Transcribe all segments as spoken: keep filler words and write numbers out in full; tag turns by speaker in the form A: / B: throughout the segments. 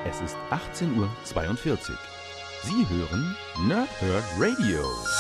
A: Es ist achtzehn Uhr zweiundvierzig. Sie hören Nerdhurt Radio.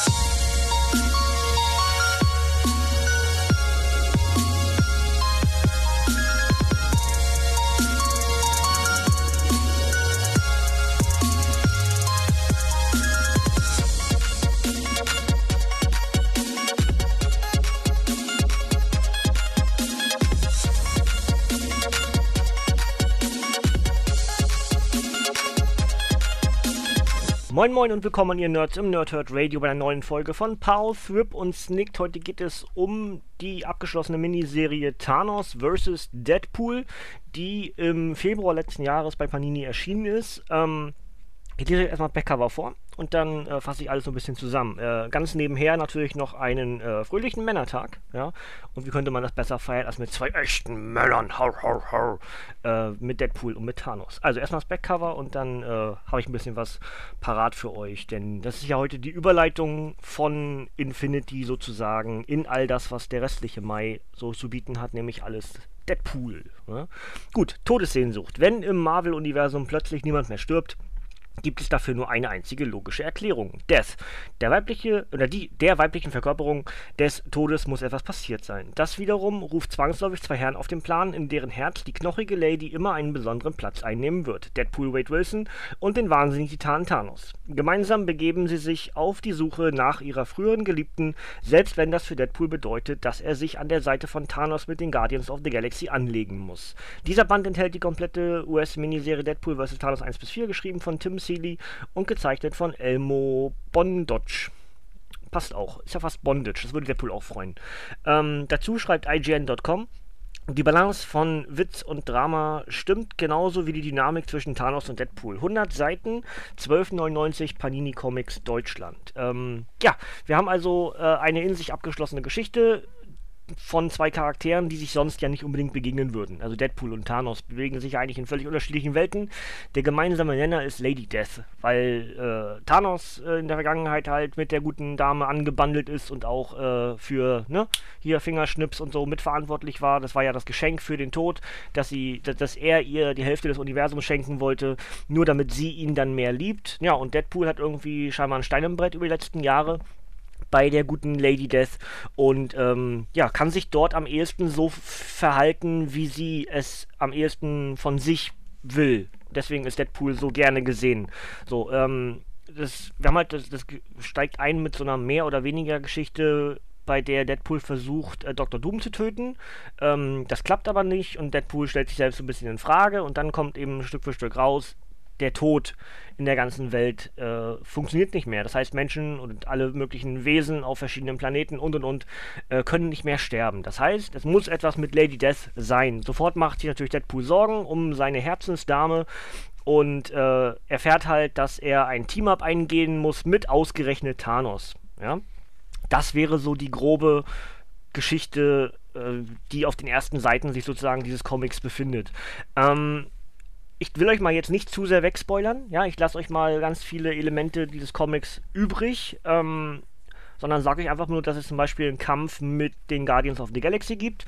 B: Moin Moin und willkommen ihr Nerds im Nerdhurt Radio bei einer neuen Folge von Pow, Thrip und Snicked. Heute geht es um die abgeschlossene Miniserie Thanos versus. Deadpool, die im Februar letzten Jahres bei Panini erschienen ist. Ähm, ich lese erstmal Backcover vor und dann äh, fasse ich alles so ein bisschen zusammen. Äh, ganz nebenher natürlich noch einen äh, fröhlichen Männertag, ja. Und wie könnte man das besser feiern als mit zwei echten Männern, hau, hau, hau, äh, mit Deadpool und mit Thanos. Also erstmal das Backcover und dann äh, habe ich ein bisschen was parat für euch, denn das ist ja heute die Überleitung von Infinity sozusagen in all das, was der restliche Mai so zu bieten hat, nämlich alles Deadpool. Ne? Gut, Todessehnsucht. Wenn im Marvel-Universum plötzlich niemand mehr stirbt, gibt es dafür nur eine einzige logische Erklärung. Death. Der weibliche, oder die, der weiblichen Verkörperung des Todes muss etwas passiert sein. Das wiederum ruft zwangsläufig zwei Herren auf den Plan, in deren Herz die knochige Lady immer einen besonderen Platz einnehmen wird. Deadpool Wade Wilson und den wahnsinnigen Titan Thanos. Gemeinsam begeben sie sich auf die Suche nach ihrer früheren Geliebten, selbst wenn das für Deadpool bedeutet, dass er sich an der Seite von Thanos mit den Guardians of the Galaxy anlegen muss. Dieser Band enthält die komplette U S-Miniserie Deadpool versus. Thanos eins bis vier, geschrieben von Tim Seeley und gezeichnet von Elmo Bondage. Passt auch. Ist ja fast Bondage. Das würde Deadpool auch freuen. Ähm, dazu schreibt I G N Punkt com: Die Balance von Witz und Drama stimmt genauso wie die Dynamik zwischen Thanos und Deadpool. hundert Seiten, zwölf neunundneunzig, Panini Comics Deutschland. Ähm, ja, wir haben also äh, eine in sich abgeschlossene Geschichte von zwei Charakteren, die sich sonst ja nicht unbedingt begegnen würden. Also Deadpool und Thanos bewegen sich ja eigentlich in völlig unterschiedlichen Welten. Der gemeinsame Nenner ist Lady Death, weil äh, Thanos äh, in der Vergangenheit halt mit der guten Dame angebandelt ist und auch äh, für, ne, hier Fingerschnips und so mitverantwortlich war. Das war ja das Geschenk für den Tod, dass sie, dass, dass er ihr die Hälfte des Universums schenken wollte, nur damit sie ihn dann mehr liebt. Ja, und Deadpool hat irgendwie scheinbar ein Stein im Brett über die letzten Jahre bei der guten Lady Death und ähm, ja, kann sich dort am ehesten so verhalten, wie sie es am ehesten von sich will. Deswegen ist Deadpool so gerne gesehen. So, ähm, das, wir haben halt, das, das steigt ein mit so einer mehr oder weniger Geschichte, bei der Deadpool versucht, äh, Doktor Doom zu töten. Ähm, das klappt aber nicht und Deadpool stellt sich selbst so ein bisschen in Frage und dann kommt eben Stück für Stück raus, der Tod in der ganzen Welt äh, funktioniert nicht mehr. Das heißt, Menschen und alle möglichen Wesen auf verschiedenen Planeten und und und äh, können nicht mehr sterben. Das heißt, es muss etwas mit Lady Death sein. Sofort macht sich natürlich Deadpool Sorgen um seine Herzensdame und äh, erfährt halt, dass er ein Team-Up eingehen muss mit ausgerechnet Thanos. Ja? Das wäre so die grobe Geschichte, äh, die auf den ersten Seiten sich sozusagen dieses Comics befindet. Ähm, Ich will euch mal jetzt nicht zu sehr wegspoilern, ja, ich lasse euch mal ganz viele Elemente dieses Comics übrig, ähm, sondern sage euch einfach nur, dass es zum Beispiel einen Kampf mit den Guardians of the Galaxy gibt,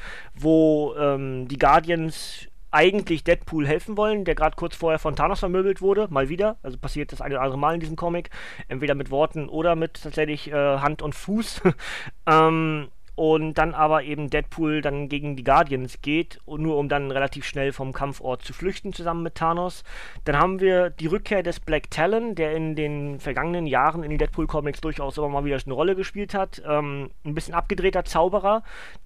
B: wo ähm, die Guardians eigentlich Deadpool helfen wollen, der gerade kurz vorher von Thanos vermöbelt wurde, mal wieder, also passiert das eine oder andere Mal in diesem Comic, entweder mit Worten oder mit tatsächlich äh, Hand und Fuß, ähm, und dann aber eben Deadpool dann gegen die Guardians geht, und nur um dann relativ schnell vom Kampfort zu flüchten, zusammen mit Thanos. Dann haben wir die Rückkehr des Black Talon, der in den vergangenen Jahren in den Deadpool-Comics durchaus immer mal wieder eine Rolle gespielt hat. Ähm, ein bisschen abgedrehter Zauberer,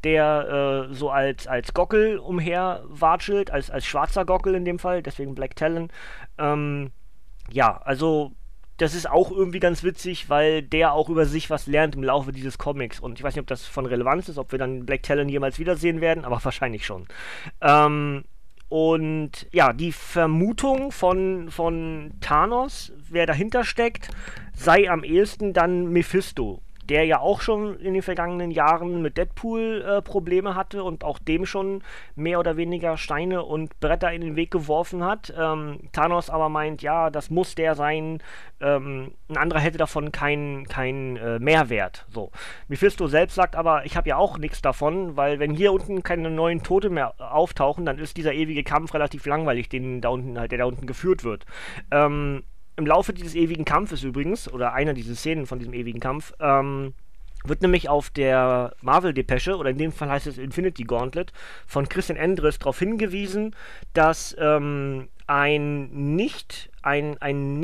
B: der äh, so als, als Gockel umherwatschelt, als, als schwarzer Gockel in dem Fall, deswegen Black Talon. Ähm, ja, also das ist auch irgendwie ganz witzig, weil der auch über sich was lernt im Laufe dieses Comics. Und ich weiß nicht, ob das von Relevanz ist, ob wir dann Black Talon jemals wiedersehen werden, aber wahrscheinlich schon. Ähm, und ja, die Vermutung von, von Thanos, wer dahinter steckt, sei am ehesten dann Mephisto. der ja auch schon in den vergangenen Jahren mit Deadpool äh, Probleme hatte und auch dem schon mehr oder weniger Steine und Bretter in den Weg geworfen hat. Ähm, Thanos aber meint, ja, das muss der sein, ähm, ein anderer hätte davon keinen kein, äh, Mehrwert. So. Mephisto selbst sagt aber, ich habe ja auch nichts davon, weil wenn hier unten keine neuen Tote mehr auftauchen, dann ist dieser ewige Kampf relativ langweilig, den da unten halt, der da unten geführt wird. Ähm, Im Laufe dieses ewigen Kampfes übrigens, oder einer dieser Szenen von diesem ewigen Kampf, ähm, wird nämlich auf der Marvel-Depesche, oder in dem Fall heißt es Infinity Gauntlet, von Christian Endres darauf hingewiesen, dass ähm, ein nicht, ein, ein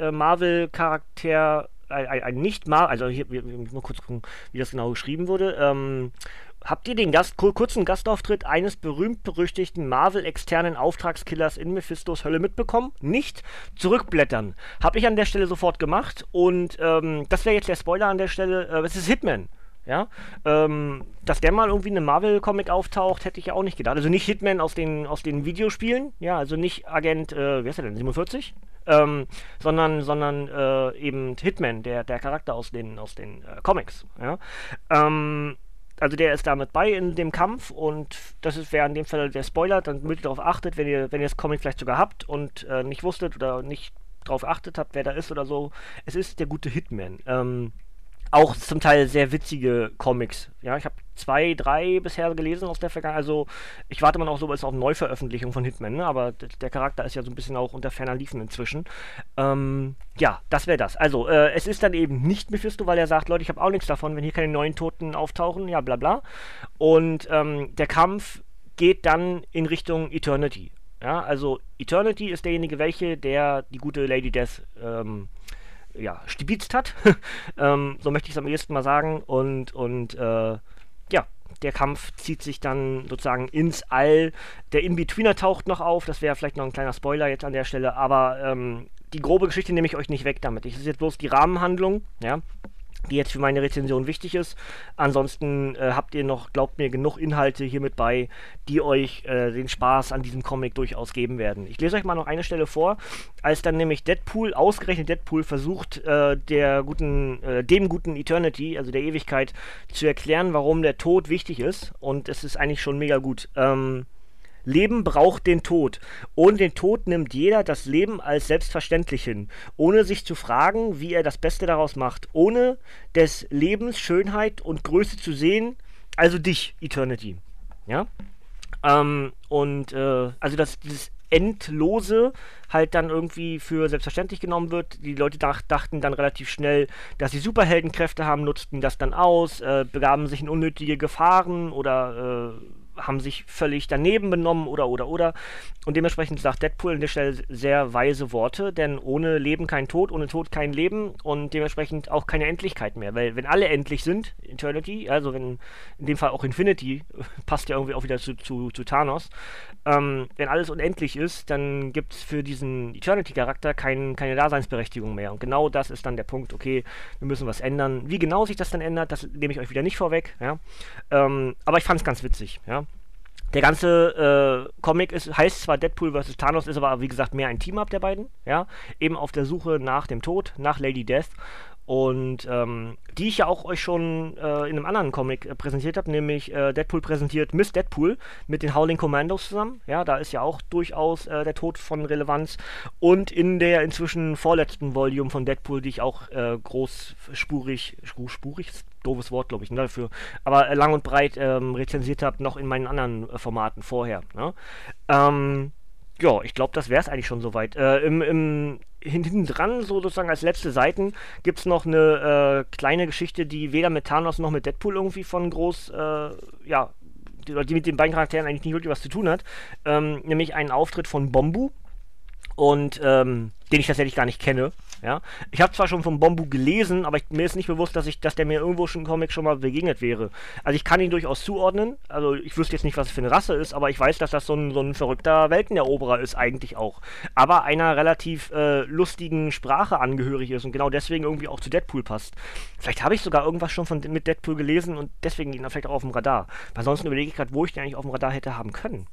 B: Nicht-Marvel-Charakter, ein, ein, ein Nicht-Marvel, also hier, ich muss mal kurz gucken, wie das genau geschrieben wurde, ähm, habt ihr den Gast, kurzen Gastauftritt eines berühmt-berüchtigten Marvel-externen Auftragskillers in Mephistos Hölle mitbekommen? Nicht? Zurückblättern. Hab ich an der Stelle sofort gemacht und ähm, das wäre jetzt der Spoiler an der Stelle. Äh, es ist Hitman. Ja, ähm, dass der mal irgendwie in einem Marvel-Comic auftaucht, hätte ich ja auch nicht gedacht. Also nicht Hitman aus den, aus den Videospielen, ja, also nicht Agent, äh, wie heißt der denn, siebenundvierzig? Ähm, sondern, sondern äh, eben Hitman, der, der Charakter aus den, aus den äh, Comics, ja. Ähm, Also der ist damit bei in dem Kampf und das wäre in dem Fall der Spoiler, dann müsst ihr darauf achtet, wenn ihr, wenn ihr das Comic vielleicht sogar habt und äh, nicht wusstet oder nicht darauf achtet habt, wer da ist oder so. Es ist der gute Hitman. Ähm, auch zum Teil sehr witzige Comics. Ja, ich habe zwei, drei bisher gelesen aus der Vergangenheit. Also ich warte mal auch so auf eine Neuveröffentlichung von Hitman, ne? Aber d- der Charakter ist ja so ein bisschen auch unter ferner Liefen inzwischen. Ähm, ja, das wäre das. Also äh, es ist dann eben nicht Mephisto, weil er sagt, Leute, ich habe auch nichts davon, wenn hier keine neuen Toten auftauchen, ja bla bla. Und ähm, der Kampf geht dann in Richtung Eternity. Ja, also Eternity ist derjenige, welche, der die gute Lady Death ähm, ja, stibitzt hat. ähm, so möchte ich es am ehesten mal sagen. Und, und äh, ja, der Kampf zieht sich dann sozusagen ins All. Der In-Betweener taucht noch auf. Das wäre vielleicht noch ein kleiner Spoiler jetzt an der Stelle. Aber ähm, die grobe Geschichte nehme ich euch nicht weg damit. Das ist jetzt bloß die Rahmenhandlung, ja, die jetzt für meine Rezension wichtig ist. Ansonsten äh, habt ihr noch, glaubt mir, genug Inhalte hier mit bei, die euch äh, den Spaß an diesem Comic durchaus geben werden. Ich lese euch mal noch eine Stelle vor, als dann nämlich Deadpool, ausgerechnet Deadpool, versucht, äh, der guten, äh, dem guten Eternity, also der Ewigkeit, zu erklären, warum der Tod wichtig ist. Und es ist eigentlich schon mega gut. Ähm, Leben braucht den Tod. Ohne den Tod nimmt jeder das Leben als selbstverständlich hin, ohne sich zu fragen, wie er das Beste daraus macht, ohne des Lebens Schönheit und Größe zu sehen, also dich, Eternity. Ja? Ähm, und äh, also dass dieses Endlose halt dann irgendwie für selbstverständlich genommen wird. Die Leute dach, dachten dann relativ schnell, dass sie Superheldenkräfte haben, nutzten das dann aus, äh, begaben sich in unnötige Gefahren oder äh, haben sich völlig daneben benommen oder oder oder und dementsprechend sagt Deadpool an der Stelle sehr weise Worte, denn ohne Leben kein Tod, ohne Tod kein Leben und dementsprechend auch keine Endlichkeit mehr, weil wenn alle endlich sind, Eternity, also wenn in dem Fall auch Infinity, passt ja irgendwie auch wieder zu, zu, zu Thanos, ähm, wenn alles unendlich ist, dann gibt es für diesen Eternity-Charakter kein, keine Daseinsberechtigung mehr und genau das ist dann der Punkt, okay, wir müssen was ändern. Wie genau sich das dann ändert, das nehme ich euch wieder nicht vorweg, ja, ähm, aber ich fand es ganz witzig, ja. Der ganze äh, Comic ist, heißt zwar Deadpool versus. Thanos, ist aber wie gesagt mehr ein Team-Up der beiden, ja, eben auf der Suche nach dem Tod, nach Lady Death und ähm, die ich ja auch euch schon äh, in einem anderen Comic äh, präsentiert habe, nämlich äh, Deadpool präsentiert Miss Deadpool mit den Howling Commandos zusammen, ja, da ist ja auch durchaus äh, der Tod von Relevanz und in der inzwischen vorletzten Volume von Deadpool, die ich auch äh, großspurig, spurig, doofes Wort, glaube ich, ne, dafür, aber äh, lang und breit ähm, rezensiert habe, noch in meinen anderen äh, Formaten vorher. Ne? Ähm, ja, ich glaube, das wäre es eigentlich schon soweit. Äh, im, im, hinten dran, so sozusagen als letzte Seiten, gibt es noch eine äh, kleine Geschichte, die weder mit Thanos noch mit Deadpool irgendwie von groß, äh, ja, die, die mit den beiden Charakteren eigentlich nicht wirklich was zu tun hat. Ähm, nämlich einen Auftritt von Bombu. Und ähm, den ich tatsächlich gar nicht kenne. Ja? Ich habe zwar schon von Bombu gelesen, aber ich, mir ist nicht bewusst, dass, ich, dass der mir irgendwo schon im Comic schon mal begegnet wäre. Also ich kann ihn durchaus zuordnen. Also ich wüsste jetzt nicht, was es für eine Rasse ist, aber ich weiß, dass das so ein, so ein verrückter Welteneroberer ist eigentlich auch. Aber einer relativ äh, lustigen Sprache angehörig ist und genau deswegen irgendwie auch zu Deadpool passt. Vielleicht habe ich sogar irgendwas schon von, mit Deadpool gelesen und deswegen ihn vielleicht auch auf dem Radar. Weil sonst überlege ich gerade, wo ich den eigentlich auf dem Radar hätte haben können.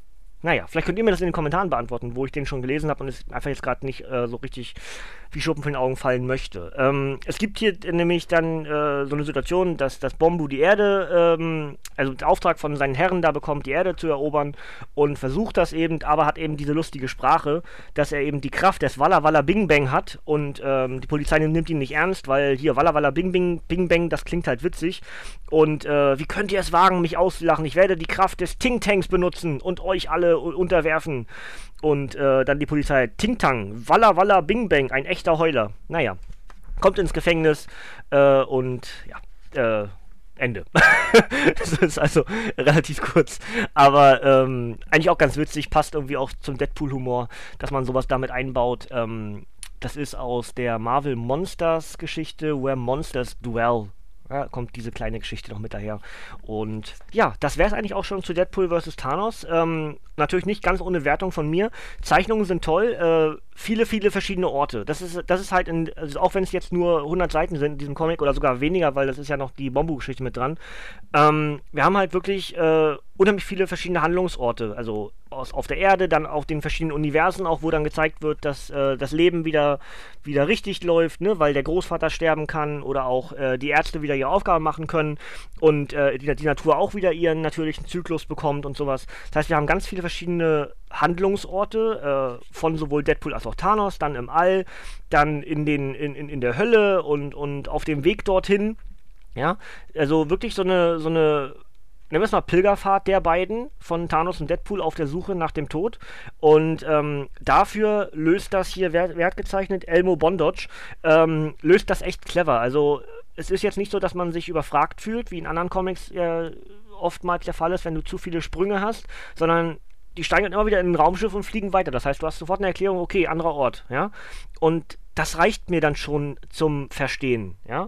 B: Naja, vielleicht könnt ihr mir das in den Kommentaren beantworten, wo ich den schon gelesen habe und es einfach jetzt gerade nicht äh, so richtig wie Schuppen von den Augen fallen möchte. Ähm, es gibt hier nämlich dann äh, so eine Situation, dass das Bombu die Erde, ähm, also den Auftrag von seinen Herren da bekommt, die Erde zu erobern und versucht das eben, aber hat eben diese lustige Sprache, dass er eben die Kraft des Walla Walla Bing Bang hat und ähm, die Polizei nimmt ihn nicht ernst, weil hier Walla Walla Bing Bing, Bing Bang, das klingt halt witzig und äh, wie könnt ihr es wagen, mich auszulachen? Ich werde die Kraft des Ting Tanks benutzen und euch alle unterwerfen. Und äh, dann die Polizei, Ting Tang, Walla Walla Bing Bang, ein echter Heuler. Naja, kommt ins Gefängnis äh, und ja, äh, Ende. Das ist also relativ kurz, aber ähm, eigentlich auch ganz witzig, passt irgendwie auch zum Deadpool-Humor, dass man sowas damit einbaut. Ähm, das ist aus der Marvel Monsters Geschichte, Where Monsters Dwell. Ja, kommt diese kleine Geschichte noch mit daher. Und ja, das wäre es eigentlich auch schon zu Deadpool versus. Thanos. Ähm, natürlich nicht ganz ohne Wertung von mir. Zeichnungen sind toll. Äh, viele, viele verschiedene Orte. Das ist, das ist halt, in, also auch wenn es jetzt nur hundert Seiten sind in diesem Comic oder sogar weniger, weil das ist ja noch die Bombu-Geschichte mit dran. Ähm, wir haben halt wirklich äh, unheimlich viele verschiedene Handlungsorte. Also aus, auf der Erde, dann auf den verschiedenen Universen, auch wo dann gezeigt wird, dass äh, das Leben wieder, wieder richtig läuft, ne? Weil der Großvater sterben kann oder auch äh, die Ärzte wieder ihre Aufgaben machen können und äh, die, die Natur auch wieder ihren natürlichen Zyklus bekommt und sowas. Das heißt, wir haben ganz viele verschiedene Handlungsorte äh, von sowohl Deadpool als auch Thanos, dann im All, dann in, den, in, in, in der Hölle und, und auf dem Weg dorthin. Ja, also wirklich so eine, so eine nennen wir es mal Pilgerfahrt der beiden von Thanos und Deadpool auf der Suche nach dem Tod. Und ähm, dafür löst das hier, wer, wer hat gezeichnet? Elmo Bondage, ähm, löst das echt clever. Also es ist jetzt nicht so, dass man sich überfragt fühlt, wie in anderen Comics äh, oftmals der Fall ist, wenn du zu viele Sprünge hast, sondern die steigen dann immer wieder in ein Raumschiff und fliegen weiter. Das heißt, du hast sofort eine Erklärung, okay, anderer Ort, ja. Und das reicht mir dann schon zum Verstehen, ja.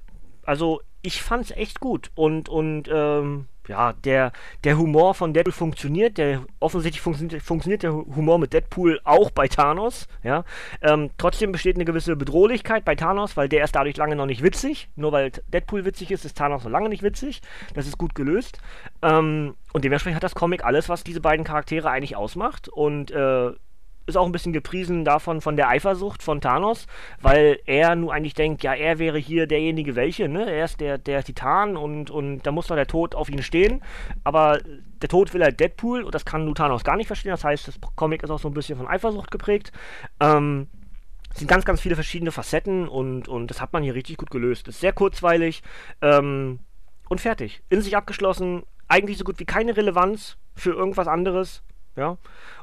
B: Also ich fand's echt gut und, und ähm, ja, der, der Humor von Deadpool funktioniert, der offensichtlich funktioniert, funktioniert der Humor mit Deadpool auch bei Thanos, ja. Ähm, trotzdem besteht eine gewisse Bedrohlichkeit bei Thanos, weil der ist dadurch lange noch nicht witzig. Nur weil Deadpool witzig ist, ist Thanos noch lange nicht witzig. Das ist gut gelöst. Ähm, und dementsprechend hat das Comic alles, was diese beiden Charaktere eigentlich ausmacht und äh, ist auch ein bisschen gepriesen davon, von der Eifersucht von Thanos, weil er nur eigentlich denkt, ja, er wäre hier derjenige welche, ne? Er ist der, der Titan und, und da muss doch der Tod auf ihn stehen. Aber der Tod will halt Deadpool und das kann nur Thanos gar nicht verstehen. Das heißt, das Comic ist auch so ein bisschen von Eifersucht geprägt. Ähm, es sind ganz, ganz viele verschiedene Facetten und, und das hat man hier richtig gut gelöst. Ist sehr kurzweilig ähm, und fertig. In sich abgeschlossen, eigentlich so gut wie keine Relevanz für irgendwas anderes, ja.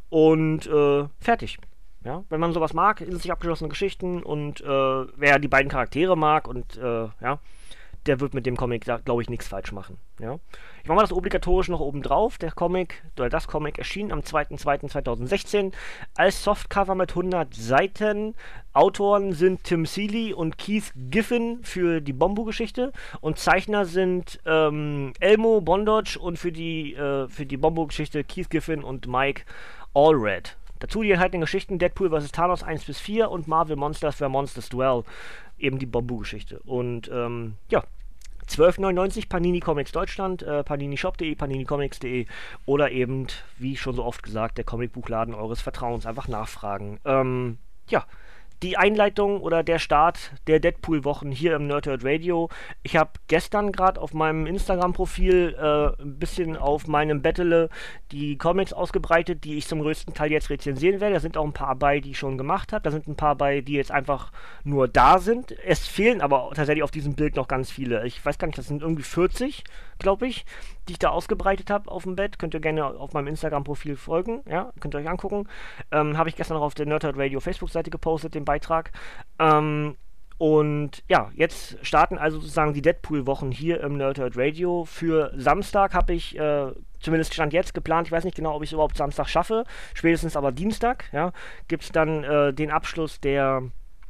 B: Und äh, fertig. Ja, wenn man sowas mag, in sich abgeschlossene Geschichten und äh, wer die beiden Charaktere mag und äh, ja, der wird mit dem Comic, glaube ich, nichts falsch machen. Ja. Ich mache mal das obligatorische noch oben drauf. Der Comic, oder das Comic erschien am zweiter zweiter zweitausendsechzehn als Softcover mit hundert Seiten. Autoren sind Tim Seeley und Keith Giffen für die Bombu-Geschichte und Zeichner sind ähm, Elmo Bondage und für die, äh, für die Bombu-Geschichte Keith Giffen und Mike Allred. Dazu die enthaltenen Geschichten Deadpool versus. Thanos eins bis vier und Marvel Monsters Where Monsters Dwell, eben die Bombu-Geschichte. Und ähm, ja, zwölf neunundneunzig Panini Comics Deutschland, äh, paninishop punkt de, paninicomics punkt de oder eben, wie schon so oft gesagt, der Comicbuchladen eures Vertrauens. Einfach nachfragen. Ähm, ja, die Einleitung oder der Start der Deadpool-Wochen hier im Nerdhurt Radio. Ich habe gestern gerade auf meinem Instagram-Profil äh, ein bisschen auf meinem Battle die Comics ausgebreitet, die ich zum größten Teil jetzt rezensieren werde. Da sind auch ein paar bei, die ich schon gemacht habe. Da sind ein paar bei, die jetzt einfach nur da sind. Es fehlen aber tatsächlich auf diesem Bild noch ganz viele. Ich weiß gar nicht, das sind irgendwie vierzig, glaube ich, die ich da ausgebreitet habe auf dem Bett. Könnt ihr gerne auf meinem Instagram-Profil folgen. Ja, könnt ihr euch angucken. Ähm, habe ich gestern noch auf der Nerdhurt Radio Facebook-Seite gepostet, den Beitrag. Ähm, und ja, jetzt starten also sozusagen die Deadpool-Wochen hier im Nerdhurt Radio. Für Samstag habe ich, äh, zumindest Stand jetzt geplant, ich weiß nicht genau, ob ich es überhaupt Samstag schaffe, spätestens aber Dienstag, ja, gibt es dann äh, den Abschluss der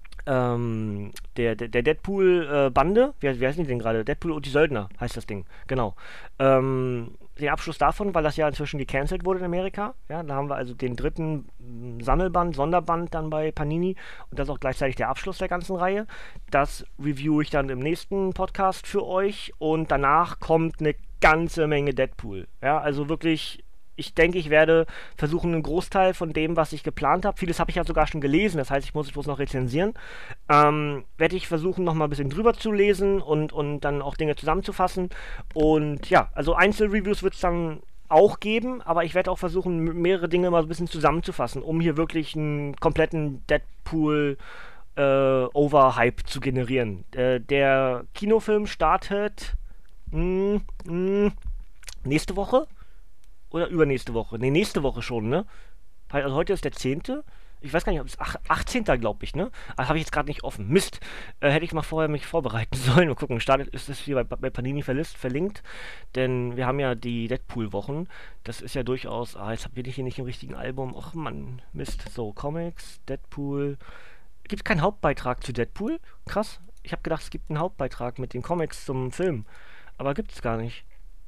B: Ähm, der, der, der Deadpool-Bande, äh, wie, wie heißen die denn gerade? Deadpool und die Söldner heißt das Ding, genau. Ähm, den Abschluss davon, weil das ja inzwischen gecancelt wurde in Amerika. Ja, da haben wir also den dritten Sammelband, Sonderband dann bei Panini und das ist auch gleichzeitig der Abschluss der ganzen Reihe. Das review ich dann im nächsten Podcast für euch und danach kommt eine ganze Menge Deadpool. Ja, also wirklich ich denke, ich werde versuchen, einen Großteil von dem, was ich geplant habe, vieles habe ich ja sogar schon gelesen, das heißt, ich muss es bloß noch rezensieren, ähm, werde ich versuchen, nochmal ein bisschen drüber zu lesen und, und dann auch Dinge zusammenzufassen. Und ja, also Einzelreviews wird es dann auch geben, aber ich werde auch versuchen, mehrere Dinge mal so ein bisschen zusammenzufassen, um hier wirklich einen kompletten Deadpool äh, Overhype zu generieren. Äh, der Kinofilm startet mh, mh, nächste Woche oder übernächste Woche. Ne, nächste Woche schon, ne? Also heute ist der zehnte. Ich weiß gar nicht, ob es achtzehnter glaube ich, ne? Also habe ich jetzt gerade nicht offen. Mist. Äh, hätte ich mal vorher mich vorbereiten sollen. Mal gucken, startet ist es hier bei, bei Panini verlist, verlinkt. Denn wir haben ja die Deadpool-Wochen. Das ist ja durchaus. Ah, jetzt bin ich hier nicht im richtigen Album. Och Mann, Mist. So, Comics, Deadpool. Gibt es keinen Hauptbeitrag zu Deadpool? Krass. Ich habe gedacht, es gibt einen Hauptbeitrag mit den Comics zum Film. Aber gibt es gar nicht.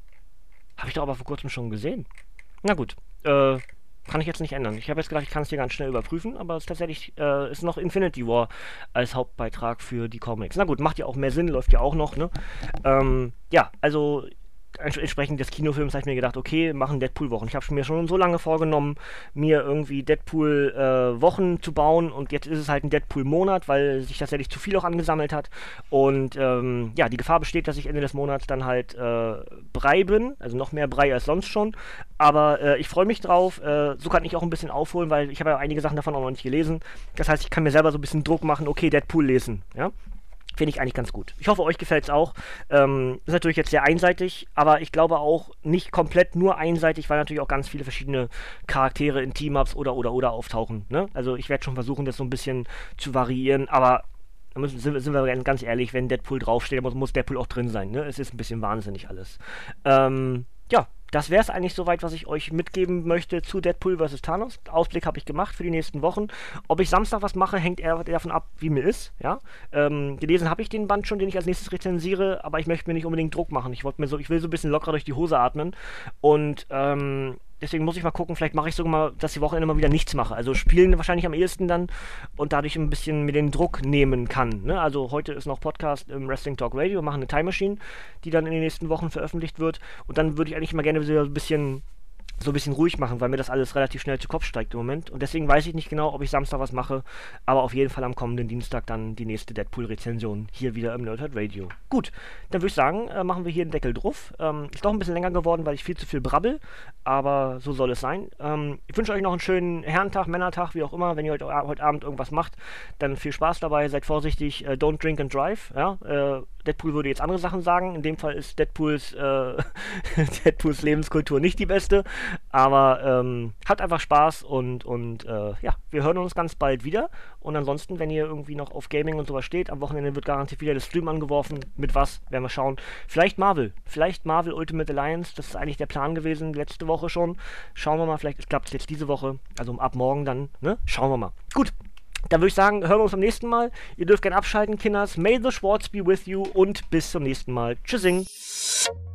B: Habe ich doch aber vor kurzem schon gesehen. Na gut. Äh. Kann ich jetzt nicht ändern. Ich habe jetzt gedacht, ich kann es hier ganz schnell überprüfen, aber es ist tatsächlich äh, ist noch Infinity War als Hauptbeitrag für die Comics. Na gut, macht ja auch mehr Sinn, läuft ja auch noch, ne? Ähm, ja, also entsprechend des Kinofilms habe ich mir gedacht, okay, machen Deadpool-Wochen. Ich habe mir schon so lange vorgenommen, mir irgendwie Deadpool-Wochen äh, zu bauen und jetzt ist es halt ein Deadpool-Monat, weil sich tatsächlich zu viel auch angesammelt hat und ähm, ja, die Gefahr besteht, dass ich Ende des Monats dann halt äh, Brei bin, also noch mehr Brei als sonst schon, aber äh, ich freue mich drauf, äh, so kann ich auch ein bisschen aufholen, weil ich habe ja einige Sachen davon auch noch nicht gelesen, das heißt, ich kann mir selber so ein bisschen Druck machen, okay, Deadpool lesen, ja. Finde ich eigentlich ganz gut. Ich hoffe, euch gefällt es auch. Ähm, ist natürlich jetzt sehr einseitig, aber ich glaube auch nicht komplett nur einseitig, weil natürlich auch ganz viele verschiedene Charaktere in Team-Ups oder oder oder auftauchen. Ne? Also ich werde schon versuchen, das so ein bisschen zu variieren, aber da müssen, sind, sind wir ganz ehrlich, wenn Deadpool draufsteht, muss, muss Deadpool auch drin sein. Ne? Es ist ein bisschen wahnsinnig alles. Ähm, ja, das wäre es eigentlich soweit, was ich euch mitgeben möchte zu Deadpool versus. Thanos. Ausblick habe ich gemacht für die nächsten Wochen. Ob ich Samstag was mache, hängt eher davon ab, wie mir ist. Ja? Ähm, gelesen habe ich den Band schon, den ich als nächstes rezensiere, aber ich möchte mir nicht unbedingt Druck machen. Ich, mir so, ich will so ein bisschen lockerer durch die Hose atmen. Und ähm, deswegen muss ich mal gucken, vielleicht mache ich sogar mal, dass ich die Wochenende mal wieder nichts mache. Also spielen wahrscheinlich am ehesten dann und dadurch ein bisschen mir den Druck nehmen kann. Ne? Also heute ist noch Podcast im Wrestling Talk Radio, wir machen eine Time Machine, die dann in den nächsten Wochen veröffentlicht wird. Und dann würde ich eigentlich mal gerne wieder ein bisschen so ein bisschen ruhig machen, weil mir das alles relativ schnell zu Kopf steigt im Moment. Und deswegen weiß ich nicht genau, ob ich Samstag was mache, aber auf jeden Fall am kommenden Dienstag dann die nächste Deadpool-Rezension hier wieder im Nerdhurt Radio. Gut, dann würde ich sagen, äh, machen wir hier den Deckel drauf. Ähm, ist doch ein bisschen länger geworden, weil ich viel zu viel brabbel, aber so soll es sein. Ähm, ich wünsche euch noch einen schönen Herrentag, Männertag, wie auch immer. Wenn ihr heute, heute Abend irgendwas macht, dann viel Spaß dabei, seid vorsichtig, äh, don't drink and drive, ja, äh, Deadpool würde jetzt andere Sachen sagen. In dem Fall ist Deadpools, äh, Deadpools Lebenskultur nicht die beste. Aber ähm, hat einfach Spaß und, und äh, ja, wir hören uns ganz bald wieder. Und ansonsten, wenn ihr irgendwie noch auf Gaming und sowas steht, am Wochenende wird garantiert wieder das Stream angeworfen. Mit was? Werden wir schauen. Vielleicht Marvel. Vielleicht Marvel Ultimate Alliance. Das ist eigentlich der Plan gewesen, letzte Woche schon. Schauen wir mal, vielleicht klappt es jetzt diese Woche. Also ab morgen dann, ne? Schauen wir mal. Gut. Dann würde ich sagen, hören wir uns beim nächsten Mal. Ihr dürft gerne abschalten, Kinders. May the Schwartz be with you und bis zum nächsten Mal. Tschüssing.